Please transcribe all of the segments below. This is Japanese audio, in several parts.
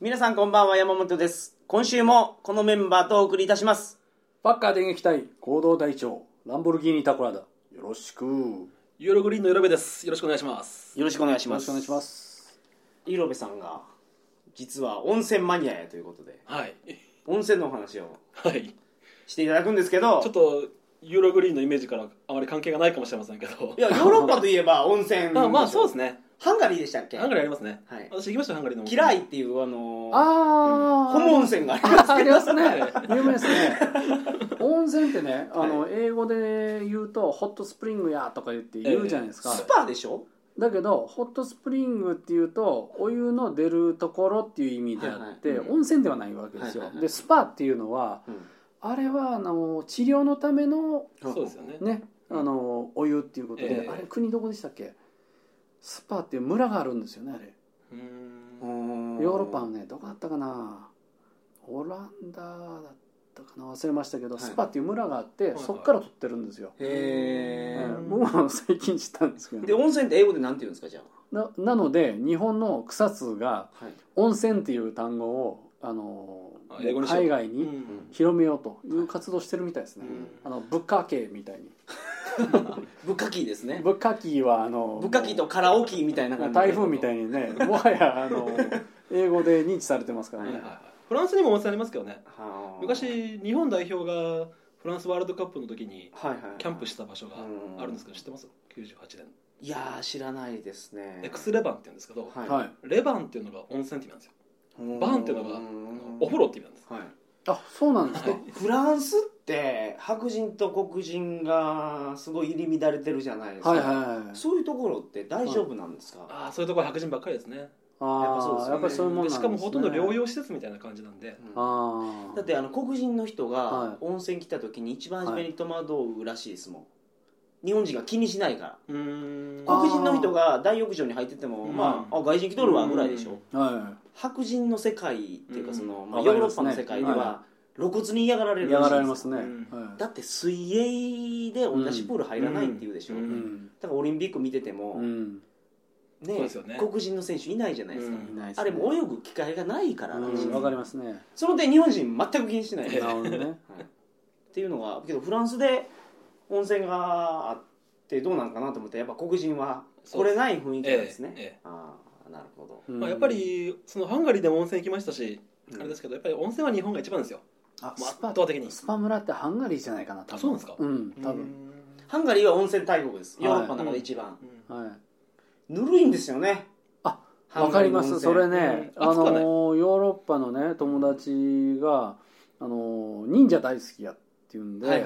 皆さんこんばんは、山本です。今週もこのメンバーとお送りいたします。 パッカー電撃隊合同隊長ランボルギーニタコラダ、よろしく。 ユーログリーンのイロベです。よろしくお願いします。 よろしくお願いします。 よろしくお願いします。 イロベさんが実は温泉マニアやということで、 はい。 温泉のお話をはい。 していただくんですけど、 ちょっとユーログリーンのイメージからあまり関係がないかもしれませんけど。 いや、ヨーロッパといえば温泉まあそうですね。 ハンガリーでしたっけ？ ハンガリーありますね。 はい。 私行きましたハンガリーの。 キライっていうホモ温泉がありますけど。 ありますね。有名ですね。温泉ってね、英語で言うとホットスプリングやとか言って言うじゃないですか。 スパでしょ？ だけどホットスプリングっていうとお湯の出るところっていう意味であって、温泉ではないわけですよ。でスパっていうのは、あれは治療のためのそうですよね。 ね、お湯っていうことで、あれ国どこでしたっけ？スパっていう村があるんですよね、あれ。ヨーロッパのね、どこだったかな、オランダだったかな、忘れましたけど、スパっていう村があって、そっから取ってるんですよ。僕も最近知ったんですけど、 で温泉って英語でなんて言うんですか？じゃあなので日本の草津が温泉っていう単語を海外に広めようという活動してるみたいですね。ブッカ系みたいに。 ブッカキーですね。 ブッカキーはブッカキーとカラオキーみたいな感じ。 台風みたいにね、もはや英語で認知されてますからね。 フランスにも温泉ありますけどね。昔日本代表がフランスワールドカップの時にキャンプした場所があるんですけど、知ってます？98年。 いやー、知らないですね。 エクスレバンって言うんですけど、レバンっていうのが温泉って意味なんですよ。バンっていうのがお風呂って意味なんです。 あ、そうなんですか。 フランスって白人と黒人がすごい入り乱れてるじゃないですか。そういうところって大丈夫なんですか？ ああ、そういうところは白人ばっかりですね。 やっぱそういうもんなんですね。 しかもほとんど療養施設みたいな感じなんで。 だって黒人の人が温泉来た時に一番初めに戸惑うらしいですもん。日本人が気にしないから。黒人の人が大浴場に入ってても、まあ外人来とるわぐらいでしょ。白人の世界っていうか、ヨーロッパの世界では露骨に嫌がられるらしいです。嫌がられますね。だって水泳で同じプール入らないっていうでしょ。だからオリンピック見ててもね、黒人の選手いないじゃないですか。あれも泳ぐ機会がないかららしいです。 わかりますね。 その点日本人全く気にしない。 なるほどね。 っていうのがけどフランスで温泉があってどうなのかなと思って、やっぱ黒人は来れない雰囲気なんですね。なるほど。 やっぱりそのハンガリーでも温泉行きましたし、あれですけどやっぱり温泉は日本が一番ですよ。圧倒的に。 スパ村ってハンガリーじゃないかな。 あ、そうなんですか。 多分ハンガリーは温泉大国です。ヨーロッパの中で一番。ぬるいんですよね。 わかります。それね、ヨーロッパのね友達が忍者大好きやっていうんで、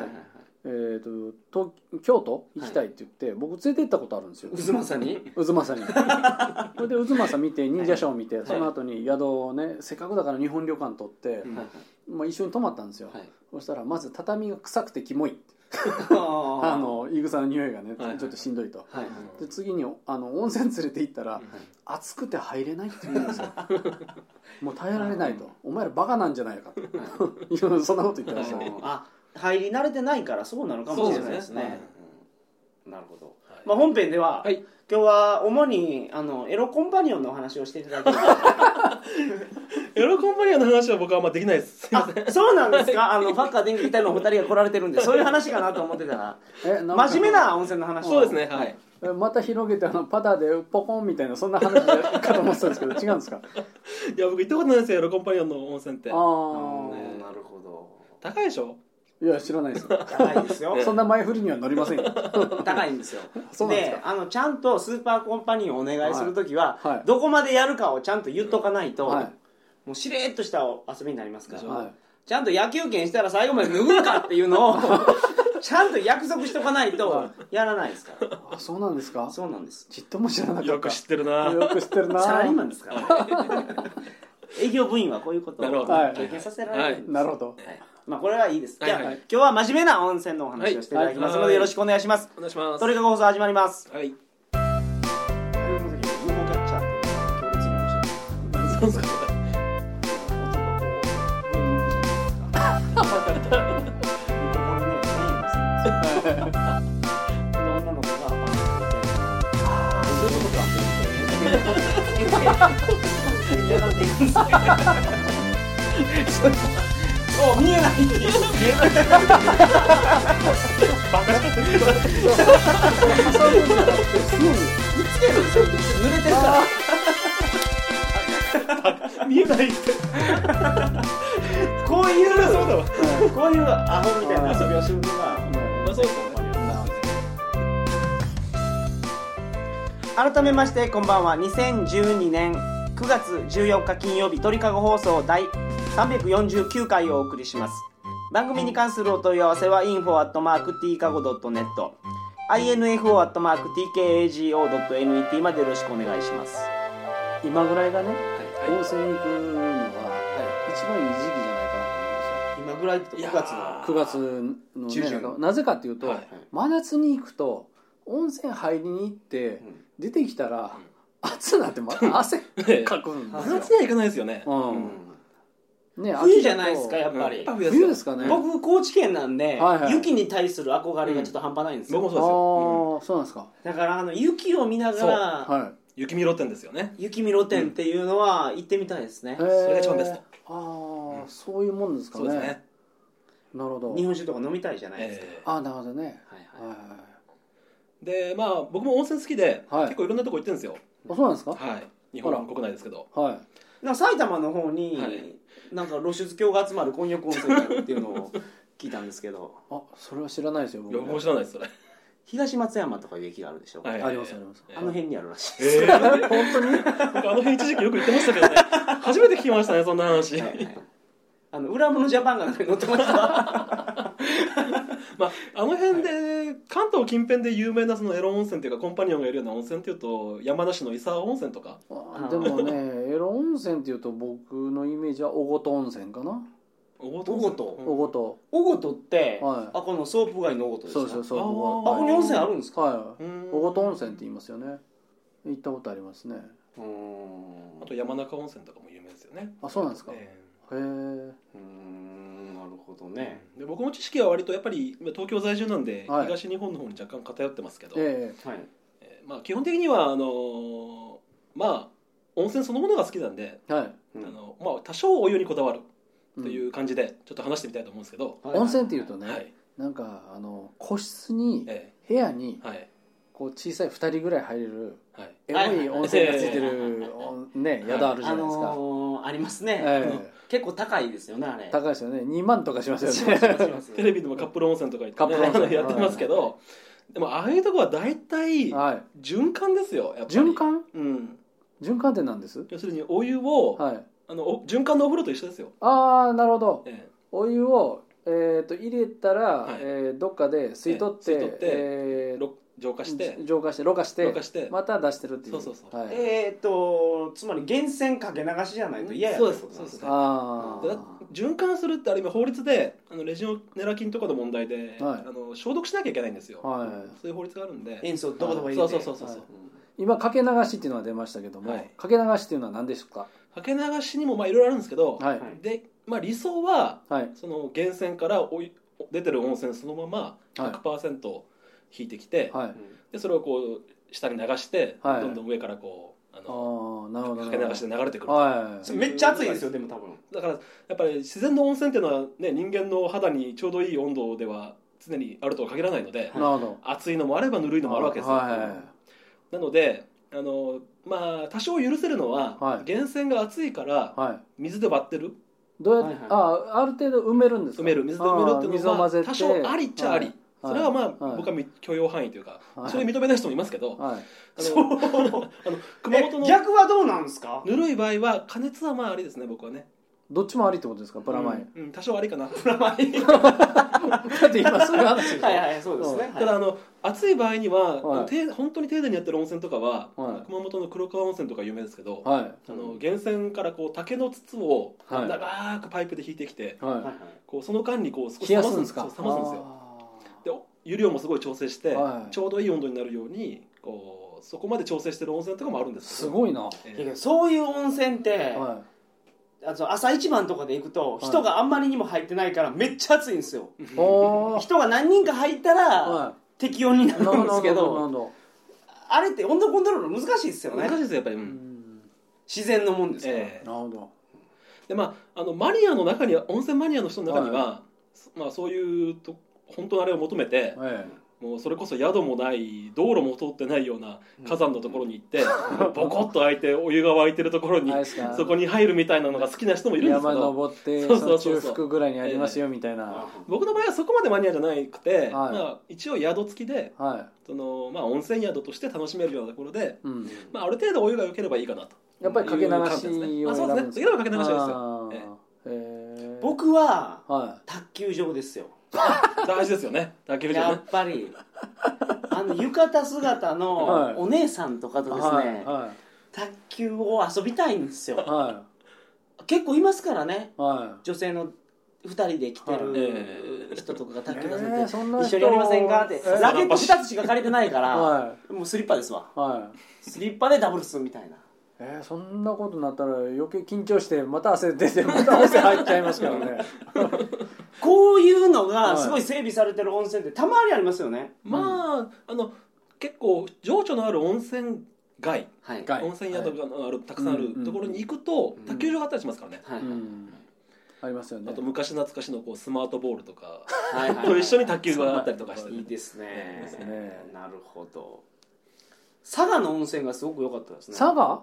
京都行きたいって言って、僕連れて行ったことあるんですよ。 渦政に。 それで渦政見て、忍者ショーを見て、その後に宿をね、せっかくだから日本旅館取って、一緒に泊まったんですよ。そしたらまず畳が臭くてキモいって。いぐさの匂いがねちょっとしんどいと。で次に温泉連れて行ったら暑くて入れないって言うんですよ。もう耐えられないと。お前らバカなんじゃないかと。そんなこと言ってましたね。 入り慣れてないからそうなのかもしれないですね。なるほど。まあ本編では今日は主にエロコンパニオンのお話をしていただきます。 エロコンパニオンの話は僕はあんまできないです。すいません。 そうなんですか。ファッカー電気隊のお二人が来られてるんで、そういう話かなと思ってたら真面目な温泉の話。 そうですね。はい。 また広げてパターでポコンみたいなそんな話かと思ってたんですけど、違うんですか？ いや僕行ったことないですよ、エロコンパニオンの温泉って。 なるほど。 高いでしょ？ いや知らないです。 高いですよ。 そんな前振りには乗りませんよ。 高いんですよ。で、ちゃんとスーパーコンパニオンをお願いするときは、どこまでやるかをちゃんと言っとかないと、もうしれっとした遊びになりますから、ちゃんと野球拳したら最後まで脱ぐかっていうのをちゃんと約束しとかないとやらないですから。 あ、そうなんですか？ そうなんです。 ちっとも知らなかった。 よく知ってるな。 サラリーマンですからね。営業部員はこういうことを経験させられるんです。 なるほど。 まあこれはいいです。じゃあ今日は真面目な温泉のお話をしていただきますのでよろしくお願いします。 お願いします。 トリカゴ放送始まります。 はい。 何ですか？そういうことか。 そう見えないっていう見えないバカしてるけどそういうのじゃなくてすぐにつけるんですよ濡れてるから見えないってこういうアホみたいな遊びをするのがまあそうですよね。改めましてこんばんは。2012年9月14日金曜日鳥かご放送第349回をお送りします。番組に関するお問い合わせは info@tkago.net info@tkago.net までよろしくお願いします。 今ぐらいがね、温泉に行くのは一番いい時期じゃないかなと思うんですよ。 今ぐらいって9 月のね、なぜかっていうと、真夏に行くと温泉入りに行って出てきたら暑なって汗かくんですよ。 真夏には行かないですよね。 ね、 冬じゃないですかやっぱり。 冬ですかね。 僕高知県なんで、雪に対する憧れがちょっと半端ないんですよ。 僕もそうですよ。 そうなんですか。 だから雪を見ながら、 雪見露天ですよね。 雪見露天っていうのは行ってみたいですね。 それが一番ベスト。 そういうもんですかね。 そうですね。 なるほど。 日本酒とか飲みたいじゃないですか。 なるほどね。 でまあ僕も温泉好きで結構いろんなとこ行ってるんですよ。 そうなんですか。 日本国内ですけど。 埼玉の方になんか露出狂が集まる混浴温泉があるっていうのを聞いたんですけど。 それは知らないですよ。 僕も知らないですそれ。 東松山とかいう駅があるでしょ。 ありますあります。 あの辺にあるらしいです。 本当に？ 僕あの辺一時期よく行ってましたけどね。初めて聞きましたねそんな話。 裏物ジャパンが乗ってました。 まああの辺で関東近辺で有名なそのエロ温泉っていうかコンパニオンがいるような温泉っていうと山梨の伊佐温泉とか。 でもねエロ温泉っていうと僕のイメージは小琴温泉かな。 小琴って、このソープ街の小琴ですか。 そうここに温泉あるんですか。 小琴温泉って言いますよね。行ったことありますね。 あと山中温泉とかも有名ですよね。 そうなんですか。 なるほどね。 で僕の知識は割とやっぱり東京在住なんで、東日本の方に若干偏ってますけど、まあ基本的にはまあ温泉そのものが好きなんで、まあ多少お湯にこだわるという感じでちょっと話してみたいと思うんですけど、 温泉っていうとね、なんか個室に部屋にこう小さい2人ぐらい入れるエロい温泉がついてるね宿あるじゃないですか。 ありますね。結構高いですよねあれ。 高いですよね。2万とかしますよね。 テレビでもカップル温泉とか言ってやってますけど、でもああいうとこは大体循環ですよやっぱり。 循環？循環って何です？ 要するにお湯を循環のお風呂と一緒ですよ。 なるほど。お湯を入れたらどっかで吸い取って浄化してろ過してまた出してるっていう。 そうつまり源泉かけ流しじゃないと嫌や。 そうです。循環するってある意味法律でレジオネラ菌とかの問題で消毒しなきゃいけないんですよ。そういう法律があるんで。 塩素どこどこ入れて。 そう。 今かけ流しっていうのが出ましたけども、かけ流しっていうのは何ですか？ かけ流しにもいろいろあるんですけど、で理想はその源泉から出てる温泉そのまま 100% 引いてきて、でそれをこう下に流してどんどん上からこうかけ流しで流れてくる。 めっちゃ熱いですよでも多分。 だからやっぱり自然の温泉っていうのはね人間の肌にちょうどいい温度では常にあるとは限らないので、熱いのもあればぬるいのもあるわけですよ。なのでまあ多少許せるのは源泉が熱いから水で割ってる。 どうやってある程度埋めるんですか？ 水で埋めるっていうのは多少ありっちゃあり。それはまあ僕は許容範囲というか、それ認めない人もいますけど、 熊本の逆はどうなんですか？ ぬるい場合は加熱はまあありですね僕はね。 どっちもありってことですか？プラマイ。 多少ありかな。 プラマイ。 だって今そういう話でしょ。 そうですね。 ただ暑い場合には本当に丁寧にやってる温泉とかは熊本の黒川温泉とか有名ですけど、源泉からこう竹の筒を長くパイプで引いてきて、こうその間にこう少し冷ますんですよ。で湯量もすごい調整して、ちょうどいい温度になるようにこうそこまで調整してる温泉とかもあるんですけど。すごいな。 そういう温泉って。朝一番とかで行くと人があんまりにも入ってないからめっちゃ暑いんですよ。人が何人か入ったら適温になるんですけど、あれって温度コントロール難しいですよね。 難しいですよやっぱり。 自然のもんですから。 なるほど。 でマニアの中には温泉マニアの人の中には、そういう本当のあれを求めて、もうそれこそ宿もない道路も通ってないような火山のところに行って、ボコッと開いてお湯が沸いてるところにそこに入るみたいなのが好きな人もいるんですけど、 山登ってその中腹ぐらいにありますよみたいな、 僕の場合はそこまでマニアじゃなくて、一応宿付きで、温泉宿として楽しめるようなところで、ある程度お湯が良ければいいかなと。 やっぱりかけ流しを選ぶんですか？ かけ流しですよ。 僕は卓球場ですよ。 大事ですよね、卓球場ね。 やっぱり浴衣姿のお姉さんとかとですね、卓球を遊びたいんですよ。結構いますからね、女性の2人で来てる人とかが卓球出せて、一緒にやりませんかって。ラケット2つしか借りてないから、もうスリッパですわ。スリッパでダブルスみたいな。 そんなことになったら余計緊張してまた汗出てまた汗入っちゃいますからね。 こういうのがすごい整備されてる温泉ってたまにありますよね。 結構情緒のある温泉街、温泉宿がたくさんあるところに行くと卓球場があったりしますからね。 ありますよね。 あと昔懐かしのスマートボールとかと一緒に卓球があったりとかして、 いいですね。なるほど。佐賀の温泉がすごく良かったですね。 佐賀？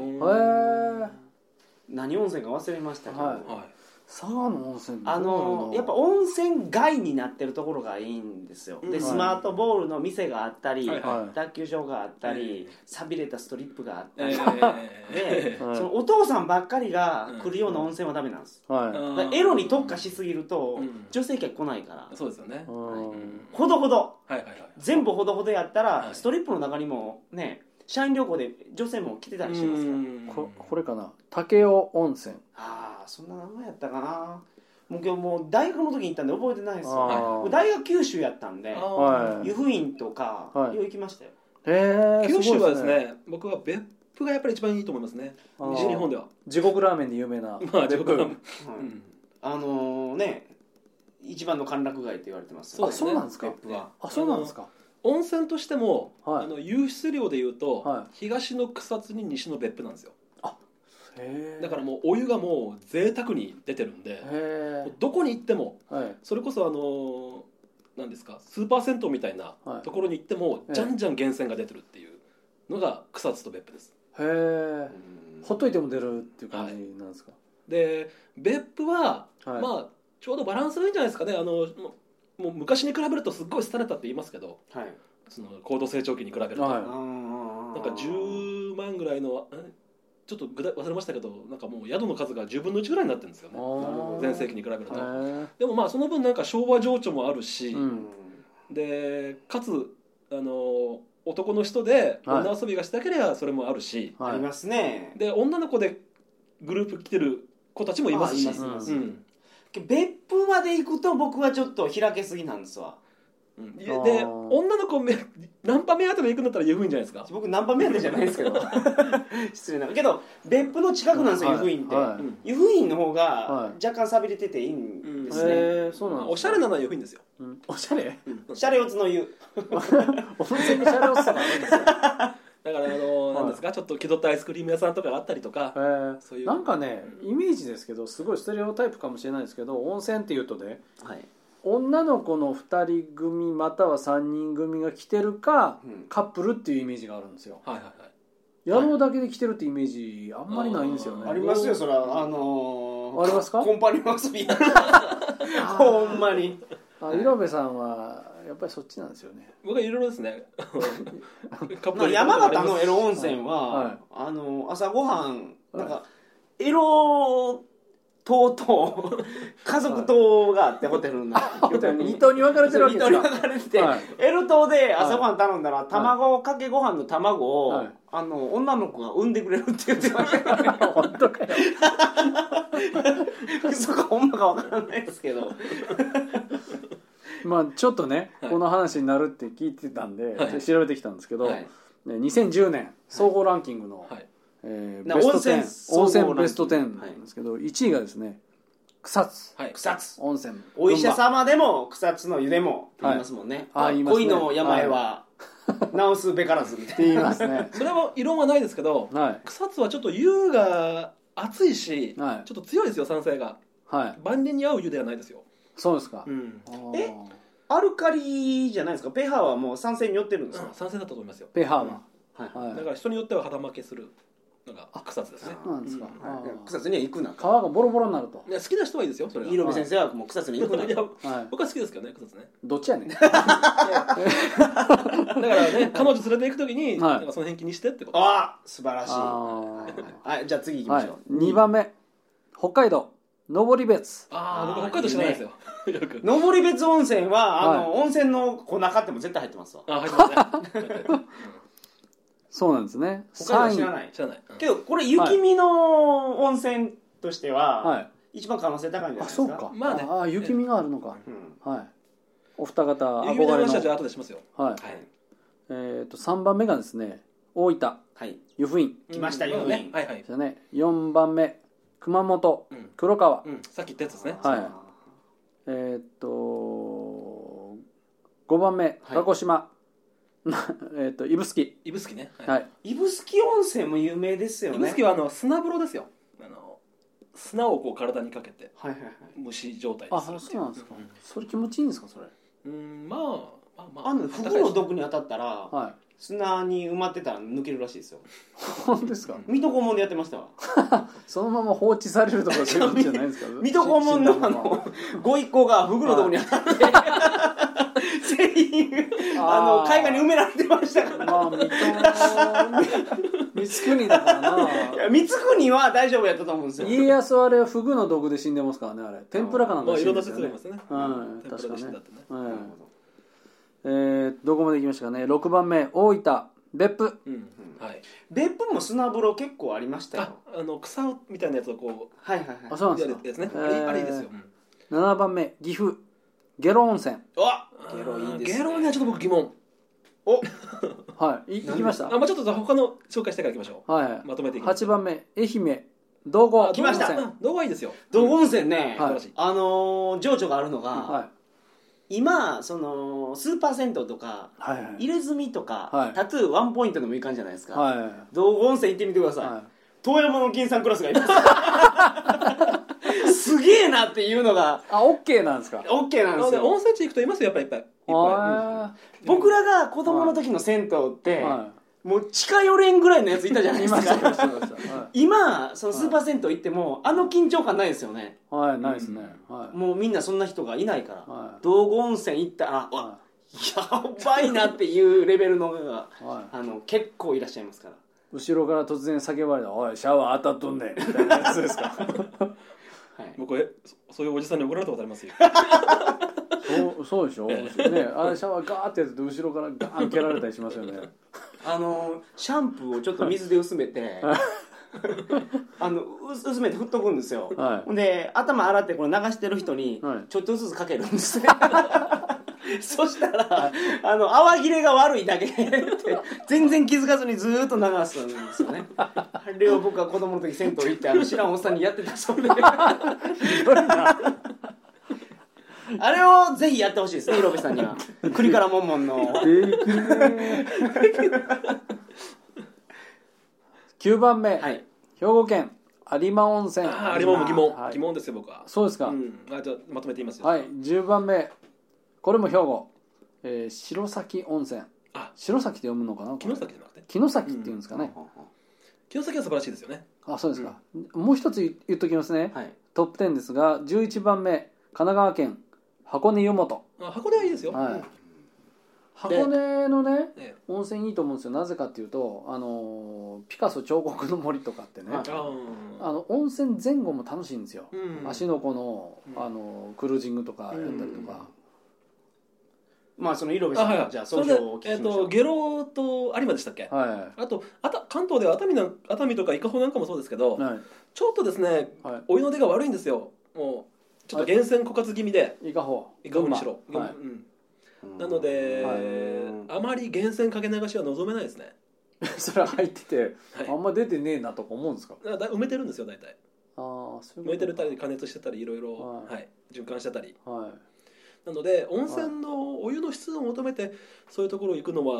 何温泉か忘れましたけど、 佐賀の温泉やっぱ温泉街になってるところがいいんですよ。でスマートボールの店があったり、卓球場があったり、寂れたストリップがあったりで、そのお父さんばっかりが来るような温泉はダメなんです。エロに特化しすぎると女性客来ないから、 そうですよね。 ほどほど、全部ほどほどやったらストリップの中にもね、社員旅行で女性も来てたりしますから。 これかな、武雄温泉。 そんな名前やったかな。もう今日もう大学の時に行ったんで覚えてないですよ。大学九州やったんで、湯布院とかよう行きましたよ。 九州はですね、僕は別府がやっぱり一番いいと思いますね。西日本では地獄ラーメンで有名な地獄ラーメン、 一番の歓楽街と言われてます。 そうなんですか。そうなんですか。 温泉としても湧出量でいうと東の草津に西の別府なんですよ。だからもうお湯がもう贅沢に出てるんで、どこに行っても、それこそ何ですか、スーパー銭湯みたいなところに行っても、じゃんじゃん源泉が出てるっていうのが草津と別府です。 ほっといても出るっていう感じなんですか。 で別府は、ちょうどバランスがいいんじゃないですかね。もう昔に比べるとすっごい廃れたって言いますけど、その高度成長期に比べると、なんか10万ぐらいのちょっと忘れましたけど、なんかもう宿の数が10分の1ぐらいになってるんですよね、全盛期に比べると。でもその分なんか昭和情緒もあるし、でかつ男の人で女遊びがしたければそれもあるし、 ありますね。 で女の子でグループ来てる子たちもいますし、 別府まで行くと僕はちょっと開けすぎなんですわ。 で女の子ナンパ目当てで行くんだったら湯布院じゃないですか。 僕ナンパ目当てじゃないですけど失礼なけど別府の近くなんですよ、湯布院って。湯布院の方が若干寂れてていいんですね。 おしゃれなのは湯布院ですよ。 おしゃれ？ シャレオツの湯温泉にシャレオツさがあるんですよ。 だからなんですか、ちょっと気取ったアイスクリーム屋さんとかがあったりとか、 そういうなんかね、イメージですけど、すごいステレオタイプかもしれないですけど、温泉っていうとね、女の子の2人組または3人組が来てるか、カップルっていうイメージがあるんですよ。野郎だけで来てるってイメーージあんまりないんですよね。 ありますよ、それは。ありますか？ コンパニオン遊びほんまに。 色部さんはやっぱりそっちなんですよね。 僕はいろいろですね。 山形のエロ温泉は、朝ごはんなんかエロ棟と家族棟があって、ホテルの 2棟に分かれてるわけですか。 2棟に分かれてて、エロ棟で朝ごはん頼んだら卵かけご飯の卵を女の子が産んでくれるって言ってましたからね。 本当かよ。 嘘かほんまか分からないですけど。 ちょっとね、この話になるって聞いてたんで調べてきたんですけど、2010年総合ランキングのベスト10、温泉ベスト10なんですけど、1位がですね、草津温泉。 お医者様でも草津の湯でもって言いますもんね。恋の病は治すべからずみたいな言いますね。 それは異論はないですけど、草津はちょっと湯が熱いし、ちょっと強いですよ酸性が。万人に合う湯ではないですよ。 そうですか。 アルカリじゃないですか。pHはもう酸性によってるんですか。 酸性だったと思いますよ。 pH は。 だから人によっては肌負けするのが草津ですね。 そうなんですか。 草津には行くな。 皮がボロボロになると。 いや好きな人はいいですよ。それは。 イロベ先生はもう草津に行くな。 僕は好きですけどね草津ね。 どっちやねん。だからね彼女連れて行くときにその辺気にしてってこと。 ああ素晴らしい。はい、じゃあ次行きましょう。 2番目北海道登別。 僕北海道知らないですよ。 登別温泉は温泉の粉買っても絶対入ってますわ。 入ってますね。 そうなんですね。 北海道知らない。 知らない。 けどこれ雪見の温泉としては一番可能性高いんじゃないですか。 そうか。 まあね。 雪見があるのか。はい。お二方憧れの。雪見の話はじゃあ後でしますよ。 はい。3番目がですね大分。はい。湯布院。 来ました湯布院。 はいはい。 じゃね4番目熊本黒川。 さっき言ったやつですね。 はい。5番目鹿児島。指宿。 指宿ね。 はい。 指宿温泉も有名ですよね。 指宿は砂風呂ですよ。砂をこう体にかけて蒸し状態です。 そうなんですか。それ気持ちいいんですかそれ。 まあフグの毒に当たったら砂に埋まってたら抜けるらしいですよ。 本当ですか。 水戸黄門でやってましたわ。 そのまま放置されるとかそういうことじゃないですか。 水戸黄門のご一行がフグの毒に当たって全員海岸に埋められてましたから。 まあ光圀だからな。 光圀は大丈夫やったと思うんですよ。 家康はあれフグの毒で死んでますからね。あれ天ぷらかなんか死んでますよね。 いろんな説ありますね。 確かね。どこまで行きましたかね。6番目大分別府。 別府も砂風呂結構ありましたよ。 草みたいなやつをこうそうなんですか。 やつね。あれいいですよ。 7番目岐阜下呂温泉。 下呂いいですね。 下呂にはちょっと僕疑問。 はい行きました。 ちょっと他の紹介してから行きましょう。 はいまとめていきましょう。 8番目愛媛道後。 来ました。 道後はいいですよ。 道後温泉ね情緒があるのが今そのスーパー銭湯とか入れ墨とかタトゥーワンポイントでもいい感じじゃないですか。道後温泉行ってみてください。遠山の金さんクラスがいますすげえなっていうのが OK なんですか。 OK なんですよ。 温泉地行くといますよやっぱりいっぱい。 僕らが子供の時の銭湯ってもう近寄れんぐらいのやついたじゃないですか。今そのスーパー銭湯行っても緊張感ないですよね。 ないですね。 もうみんなそんな人がいないから道後温泉行ったらやばいなっていうレベルのが結構いらっしゃいますから。 後ろから突然叫ばれた「おいシャワー当たっとんねん」みたいなやつですか。 僕そういうおじさんに怒られたことありますよ。 そうでしょ。ねあれシャワーガーってやって後ろからガーン蹴られたりしますよね。 シャンプーをちょっと水で薄めて薄めて振っとくんですよ。で頭洗ってこれ流してる人にちょっとずつかけるんですね。そしたら泡切れが悪いだけって全然気づかずにずーっと流すんですよね。あれを僕は子供の時銭湯行って知らんおっさんにやってたそうであれをぜひやってほしいですね、広部さんには。栗からもんもんの 9番目、兵庫県有馬温泉。 有馬も疑問ですよ僕は。 そうですか。 じゃあまとめて言いますよ。 10番目これも兵庫、城崎温泉。城崎って読むのかな。 城崎じゃなくて城崎っていうんですかね。 城崎は素晴らしいですよね。 そうですか。もう一つ言っときますね。トップ10ですが11番目神奈川県箱根湯本。 箱根はいいですよ。 箱根のね温泉いいと思うんですよ。なぜかっていうとピカソ彫刻の森とかってね温泉前後も楽しいんですよ。芦ノ湖のクルージングとかやったりとか。 まあその色部さんじゃあ総評をお聞きしましょう。 下呂と有馬でしたっけ。あと関東では熱海とか伊香保なんかもそうですけどちょっとですねお湯の出が悪いんですよ。もうちょっと源泉枯渇気味で伊香保にしろ。なのであまり源泉かけ流しは望めないですね。 それ入っててあんま出てねえなとか思うんですか。 埋めてるんですよ大体。埋めてるたり加熱してたりいろいろ循環してたり。なので温泉のお湯の質を求めてそういうところ行くのは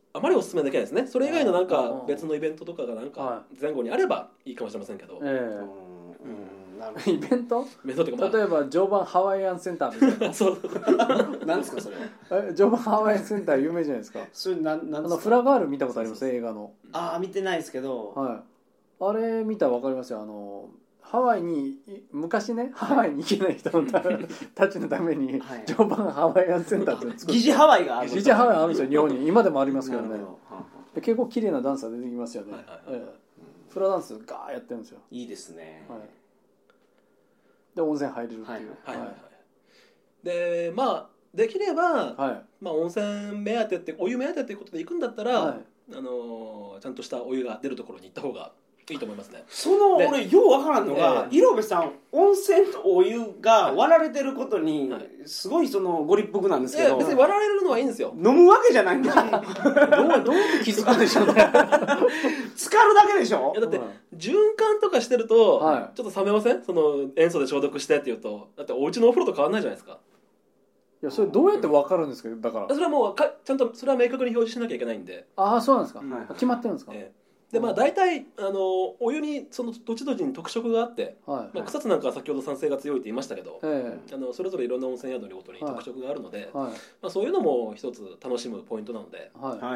あまりおすすめできないですね。それ以外のなんか別のイベントとかがなんか前後にあればいいかもしれませんけど、 イベントというか、 例えば常磐ハワイアンセンターみたいなそうなんですかそれは。 常磐ハワイアンセンター有名じゃないですか。 それなんですか。 フラガール見たことあります映画の。 ああ見てないですけど、 はい、あれ見たら分かりますよ。ハワイに昔ねハワイに行けない人たちのために常磐ハワイアンセンターって作って、 疑似ハワイがある。 疑似ハワイあるんですよ日本に。今でもありますけどね。結構綺麗なダンサー出てきますよね。フラダンスガーやってるんですよ。 いいですね。 で温泉入れるっていう。 でまあできれば、まあ温泉目当てってお湯目当てっていうことで行くんだったら、ちゃんとしたお湯が出るところに行った方がいいと思いますね。 俺ようわからんのが、色部さん温泉とお湯が割られてることにすごいご立腹なんですけど、 別に割られるのはいいんですよ。 飲むわけじゃないんだどう気づくんでしょうね浸かるだけでしょ。 だって循環とかしてるとちょっと冷めません？塩素で消毒してっていうと、だってお家のお風呂と変わんないじゃないですか。 いやそれどうやって分かるんですか。だからそれはもうちゃんとそれは明確に表示しなきゃいけないんで。 ああそうなんですか。決まってるんですか。 でまあ大体お湯に土地土地に特色があって、草津なんかは先ほど酸性が強いって言いましたけど、それぞれいろんな温泉宿にごとに特色があるので、まあそういうのも一つ楽しむポイントなので、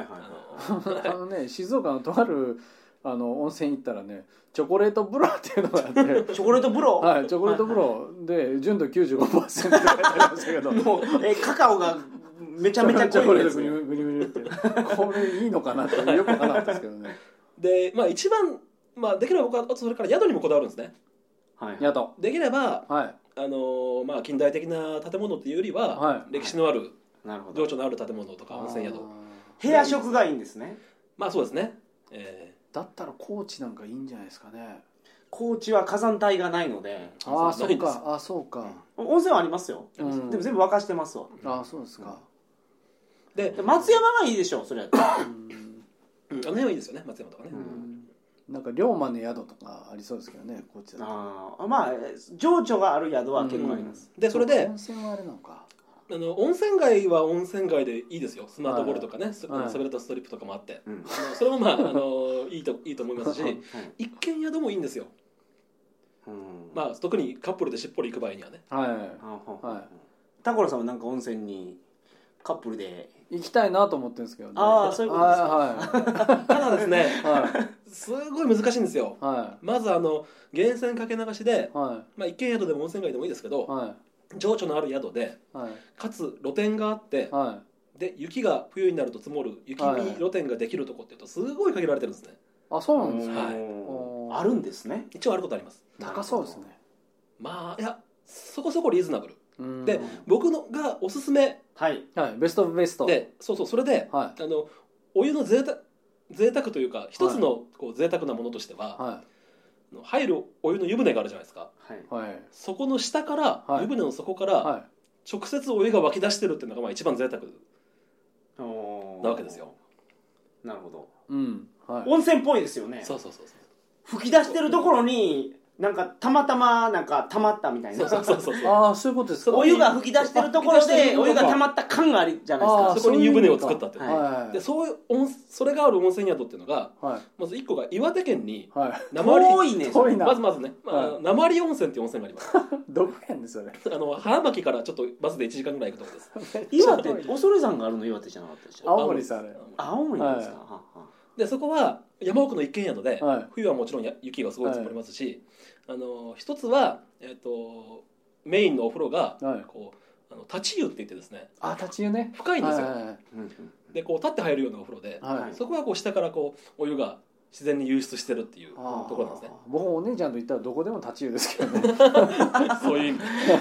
静岡のとある温泉行ったらねチョコレート風呂っていうのがあってチョコレート風呂、 はい、チョコレート風呂で純度 95% って書いてありましたけどもうカカオがめちゃめちゃ濃いチョコレートグニュグニュグニュってこれいいのかなってよくわからなかったですけどね。 でまあ一番、まあ、できれば僕はあとそれから宿にもこだわるんですね。 宿できれば、まあ、近代的な建物っていうよりは、歴史のある、情緒のある建物とか温泉宿、 部屋食がいいんですね。 まあそうですね、 だったら高知なんかいいんじゃないですかね。 高知は火山帯がないので。 ああそうか、あそうか。 温泉はありますよ、でも全部沸かしてますわ。 ああそうですか。 で松山がいいでしょそれやったら。 あの辺はいいですよね松山とかね。 なんか龍馬の宿とかありそうですけどね高知だと。 まあ情緒がある宿は結構あります。 でそれで温泉はあれなのか。 温泉街は温泉街でいいですよ。スマートボールとかね、ソベルトストリップとかもあって、それもまあいいと思いますし、一軒宿もいいんですよ。まあ特にカップルでしっぽり行く場合にはね。 所さんはなんか温泉にカップルで行きたいなと思ってるんですけどね。 ああそういうことですか。 ただですね、すごい難しいんですよ。まず源泉かけ流しで、まあ一軒宿でも温泉街でもいいですけど、情緒のある宿で、かつ露天があって、で雪が冬になると積もる雪見露天ができるとこっていうとすごい限られてるんですね。 あそうなんですね。 あるんですね。 一応あることあります。 高そうですね。 まあいやそこそこリーズナブルで、僕のがおすすめ、 ベストオブベストで、そうそれで、お湯の贅沢というか一つのこう贅沢なものとしては、入るお湯の湯船があるじゃないですか。そこの下から湯船の底から直接お湯が湧き出してるっていうのがまあ一番贅沢なわけですよ。 なるほど。 温泉っぽいですよね。 そう吹き出してるところになんかたまたまなんか溜まったみたいな。 ああそういうことですか。 お湯が吹き出してるところでお湯が溜まった感があるじゃないですか。 そこに湯船を作ったって。でそれがある温泉宿っていうのが、まず1個が岩手県に遠いね。 まずね、鉛温泉っていう温泉があります。 どこやんですよね。 花巻からちょっとバスで1時間ぐらい行くところです。 岩手恐山があるの岩手じゃなかったでしょ。 青森ですあれ。 青森ですか。 でそこは山奥の一軒宿で、冬はもちろん雪がすごい積もりますし、一つは、メインのお風呂が、こう立ち湯って言ってですね、 立ち湯ね、 深いんですよ。でこう立って入るようなお風呂で、そこはこう下からこうお湯が自然に湧出してるっていうところなんですね。 僕お姉ちゃんと言ったらどこでも立ち湯ですけどね。 そういう意味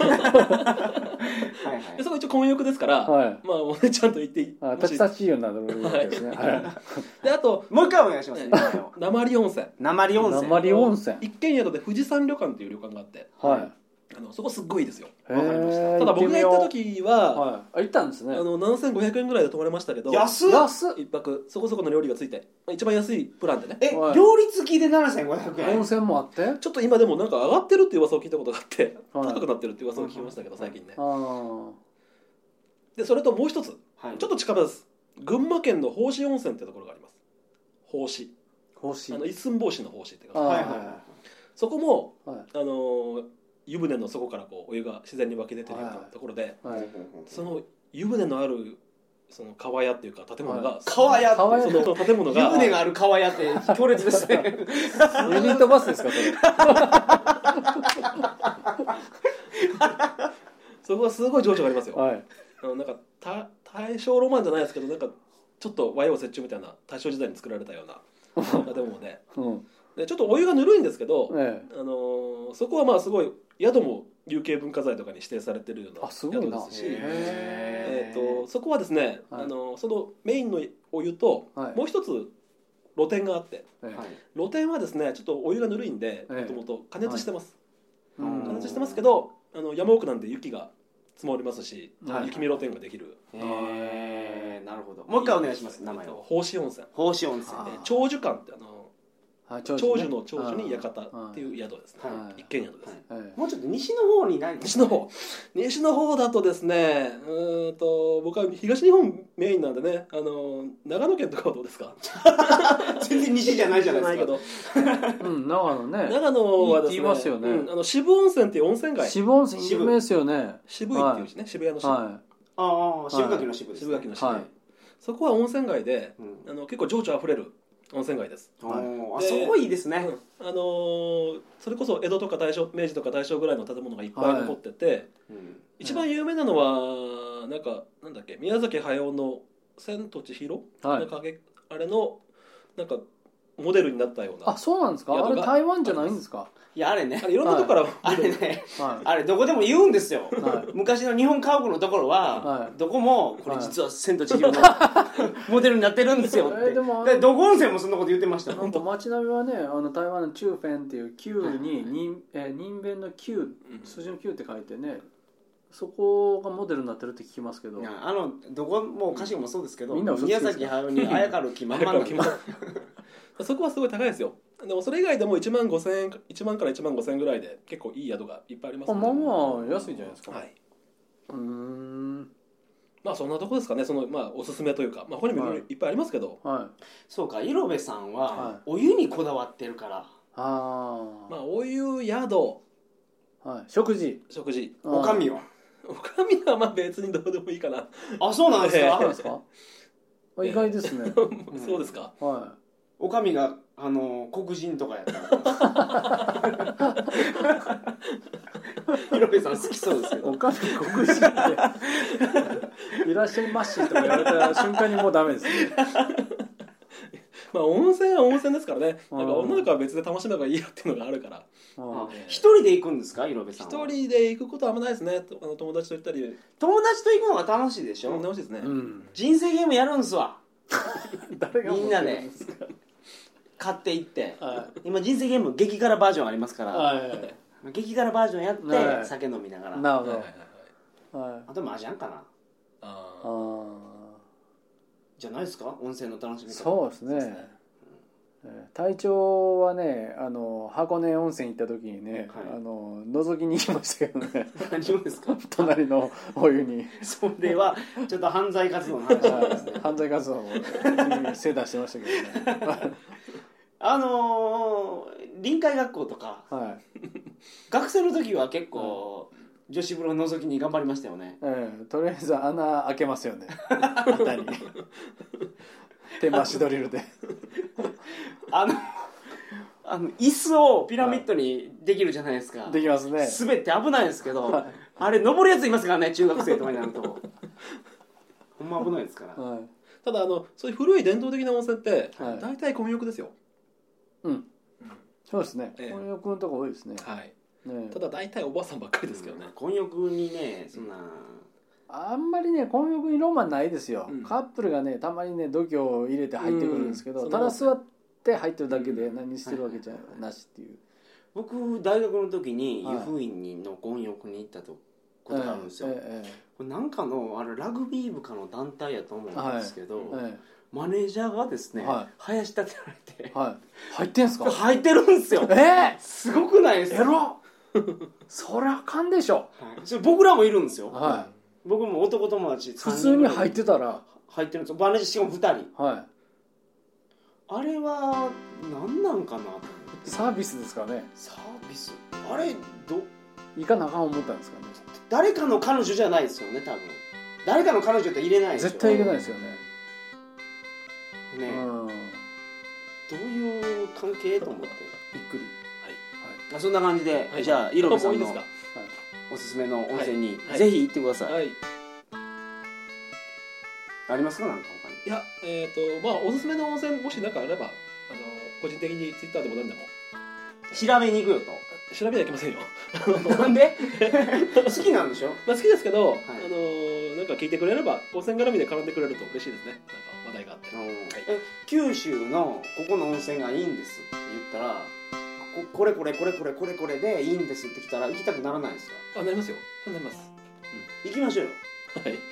でそこ一応混浴ですから、まあお姉ちゃんと言って立ち湯などですね。 であともう一回お願いします。 鉛温泉。 鉛温泉。 一軒宿で富士山旅館っていう旅館があって、そこすっごいいいですよ。 わかりました。 ただ僕が行った時は行ったんですね。 7500円ぐらいで泊まれましたけど、 安っ。 一泊そこそこの料理がついて一番安いプランでね。 料理付きで7500円。 温泉もあって。 ちょっと今でもなんか上がってるっていう噂を聞いたことがあって、高くなってるっていう噂を聞きましたけど最近ね。でそれともう一つちょっと近場です。 群馬県の法師温泉ってところがあります。法師一寸法師の法師って感じ、そこも、湯船の底からこうお湯が自然に湧き出てるようなところで、その湯船のあるその川屋っていうか建物が、 川屋ってその建物が湯船がある川屋って強烈ですね。 ユニットバスですかそれ。 そこはすごい情緒がありますよ。なんか大正ロマンじゃないですけど、なんかちょっと和洋折衷みたいな大正時代に作られたような建物で、でちょっとお湯がぬるいんですけど、そこはまあすごい宿も有形文化財とかに指定されてるような宿ですし、そこはですね、そのメインのお湯ともう一つ露天があって、露天はですねちょっとお湯がぬるいんでもともと加熱してます、加熱してますけど、山奥なんで雪が積もりますし、雪見露天ができる。 なるほど。もう一回お願いします。名前を。 法師温泉。 法師温泉。 長寿館って長寿の長寿に館っていう宿ですね。一軒宿です。 もうちょっと西の方にないですか？ 西の方だとですね、僕は東日本メインなんでね、長野県とかはどうですか？ 全然西じゃないじゃないですか。 長野ね。 長野はですね、渋温泉っていう温泉街。 渋温泉有名ですよね。 渋いっていう字ね、渋谷の渋。 渋垣の渋です。 渋垣の渋。そこは温泉街で、結構情緒あふれる温泉街です。 そこいいですね。 それこそ江戸とか大正、明治とか大正ぐらいの建物がいっぱい残ってて、一番有名なのはなんだっけ、宮崎駿の千と千尋の影、あれのなんかモデルになったような。 あ、そうなんですか。あれ台湾じゃないんですか。 いや、あれね、 いろんなとこからあれね、あれどこでも言うんですよ。昔の日本家屋のところはどこもこれ実は千と千尋のモデルになってるんですよって。でどこ温泉もそんなこと言ってました。 なんか街並みはね、台湾の中フェンっていう9に人弁の9、数字の9って書いてね、そこがモデルになってるって聞きますけど、 どこも歌詞もそうですけど、宮崎駿にあやかる気満々なんだ。 そこはすごい高いですよ。でもそれ以外でも1万5000円、1万から1万5000円ぐらいで結構いい宿がいっぱいありますので。 まあ安いじゃないですか。 まあそんなとこですかね。おすすめというか、他にもいっぱいありますけど。 そうか、色部さんはお湯にこだわってるから。 お湯、宿、 食事。 おかみはまあ別にどうでもいいかな。 あ、そうなんですか。 意外ですね。 そうですか。 おかみが黒人とかやったら色部さん好きそうですけど、 おかみ黒人でいらっしゃいましとか言われた瞬間にもうダメですね。 まあ温泉は温泉ですからね。なんか女の子は別で楽しめばいいやっていうのがあるから。 一人で行くんですか、色部さんは？ 一人で行くことはあんまないですね。友達と行ったり。 友達と行くのが楽しいでしょ。 楽しいですね。 人生ゲームやるんすわ。 誰がみんなで買っていって、今人生ゲーム激辛バージョンありますから、激辛バージョンやって酒飲みながら。 なるほど。 あと麻雀かな。じゃないですか、温泉の楽しみ方。 そうですね。隊長はね、箱根温泉行った時にね、覗きに行きましたけどね。 何をですか？ 隣のお湯に。 それはちょっと犯罪活動の話ですね。 犯罪活動も精出してましたけどね。 臨海学校とか、学生の時は結構女子風呂覗きに頑張りましたよね。 とりあえず穴開けますよね。板に手回しドリルで。 椅子をピラミッドにできるじゃないですか。 できますね。 滑って危ないですけど、あれ登るやついますからね、中学生とかになると。ほんま危ないですから。 ただそういう古い伝統的な温泉って大体混浴ですよ。 そうですね。混浴のとこ多いですね。 ただ大体おばあさんばっかりですけどね。 混浴にね、そんなあんまりね、混浴にロマンないですよ。カップルがね、たまにね、度胸を入れて入ってくるんですけど、ただ座って入ってるだけで何してるわけじゃなしっていう。 僕大学の時に湯布院の混浴に行ったことがあるんですよ。これなんかのラグビー部かの団体やと思うんですけど、マネージャーがですね、林立てられて、 入ってんすか？ 入ってるんですよ。すごくないですか？ エロそりゃあかんでしょ。 僕らもいるんですよ。僕も男友達普通に入ってたら入ってるんですよ。バネージしかも2人、はい、あれは何なんかなと思って。 サービスですかね。 サービス、あれいかなあかん思ったんですかね。 誰かの彼女じゃないですよね、多分。誰かの彼女って入れないですよ。 絶対入れないですよね。 ね、どういう関係と思ってびっくり。 はい、そんな感じで、はい、じゃあイロベさんのおすすめの温泉に、はい、ぜひ行ってください。はい、ありますか、なんか他に。 いや、まあおすすめの温泉もしなんかあれば、個人的にツイッターでも何でも調べに行くよと。 調べには行きませんよ。 なんで？好きなんでしょ？ まあ好きですけど、はい、なんか聞いてくれれば温泉絡みで絡んでくれると嬉しいですね。なんか話題があって。はい、 九州のここの温泉がいいんですって言ったら、これでいいんですって来たら行きたくならないですか？ あ、なりますよ。そうなります。 うん、行きましょうよ。はい。ね。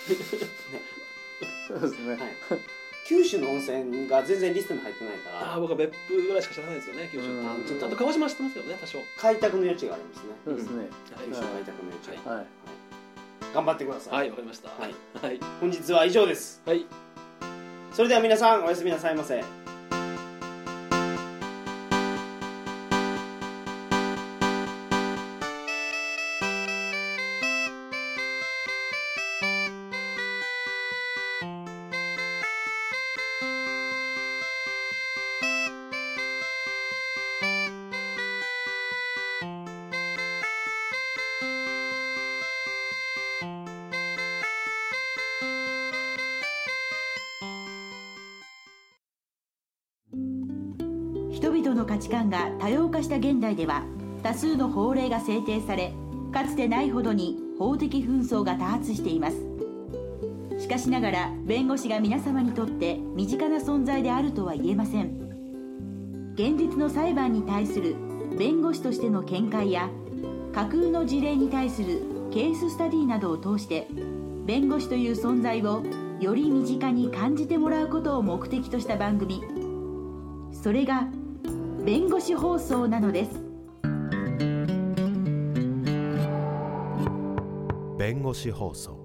そうですね。はい。 九州の温泉が全然リストに入ってないから。 僕は別府ぐらいしか知らないですよね、九州って。ちょっと鹿児島知ってますよね、多少。 開拓の余地がありますね。 そうですね。 九州開拓の余地。はい。頑張ってください。 はい、わかりました。はい。 本日は以上です。はい。それでは皆さんおやすみなさいませ。 人々の価値観が多様化した現代では、多数の法令が制定され、かつてないほどに法的紛争が多発しています。しかしながら弁護士が皆様にとって身近な存在であるとは言えません。現実の裁判に対する弁護士としての見解や、架空の事例に対するケーススタディなどを通して、弁護士という存在をより身近に感じてもらうことを目的とした番組、それが弁護士放送なのです。 弁護士放送。